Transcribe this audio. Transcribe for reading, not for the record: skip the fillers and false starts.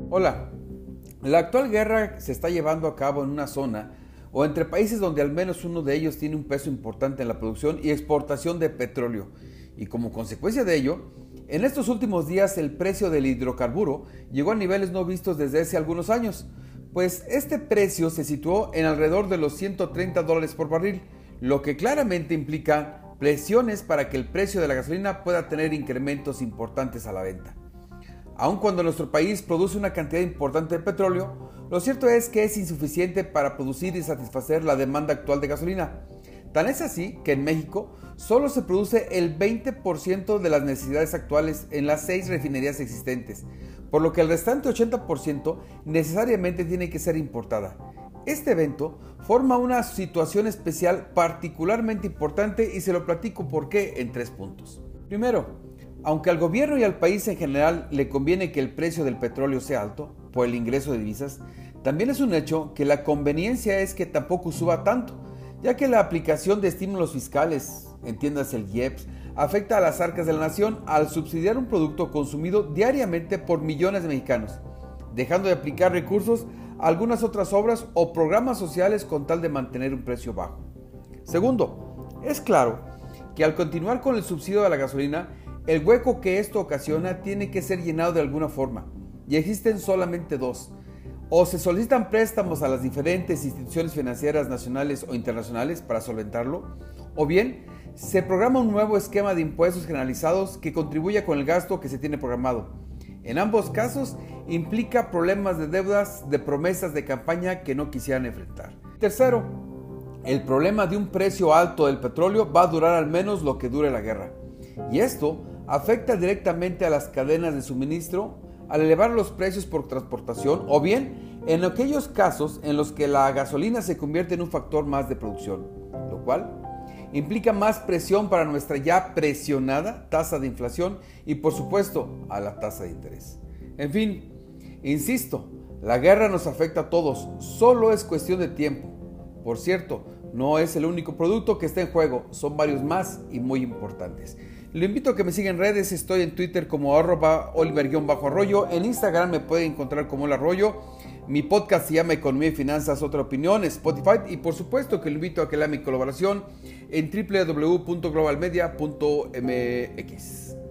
Hola, la actual guerra se está llevando a cabo en una zona o entre países donde al menos uno de ellos tiene un peso importante en la producción y exportación de petróleo. Y como consecuencia de ello, en estos últimos días el precio del hidrocarburo llegó a niveles no vistos desde hace algunos años, pues este precio se situó en alrededor de los $130 por barril, lo que claramente implica presiones para que el precio de la gasolina pueda tener incrementos importantes a la venta. Aun cuando nuestro país produce una cantidad importante de petróleo, lo cierto es que es insuficiente para producir y satisfacer la demanda actual de gasolina. Tan es así que en México solo se produce el 20% de las necesidades actuales en las 6 refinerías existentes, por lo que el restante 80% necesariamente tiene que ser importada. Este evento forma una situación especial particularmente importante y se lo platico por qué en 3 puntos. Primero, aunque al gobierno y al país en general le conviene que el precio del petróleo sea alto por el ingreso de divisas, también es un hecho que la conveniencia es que tampoco suba tanto, ya que la aplicación de estímulos fiscales, entiéndase el IEPS, afecta a las arcas de la nación al subsidiar un producto consumido diariamente por millones de mexicanos, dejando de aplicar recursos a algunas otras obras o programas sociales con tal de mantener un precio bajo. Segundo, es claro que al continuar con el subsidio de la gasolina, el hueco que esto ocasiona tiene que ser llenado de alguna forma, y existen solamente dos. O se solicitan préstamos a las diferentes instituciones financieras nacionales o internacionales para solventarlo, o bien se programa un nuevo esquema de impuestos generalizados que contribuya con el gasto que se tiene programado. En ambos casos implica problemas de deudas, de promesas de campaña que no quisieran enfrentar. Tercero, el problema de un precio alto del petróleo va a durar al menos lo que dure la guerra. Y esto afecta directamente a las cadenas de suministro al elevar los precios por transportación o bien en aquellos casos en los que la gasolina se convierte en un factor más de producción, lo cual implica más presión para nuestra ya presionada tasa de inflación y por supuesto a la tasa de interés. En fin, insisto, la guerra nos afecta a todos, solo es cuestión de tiempo. Por cierto, no es el único producto que está en juego, son varios más y muy importantes. Lo invito a que me siga en redes, estoy en Twitter como @Oliver_Arroyo, en Instagram me pueden encontrar como El Arroyo, mi podcast se llama Economía y Finanzas, Otra Opinión, Spotify y por supuesto que lo invito a que lea mi colaboración en www.globalmedia.mx.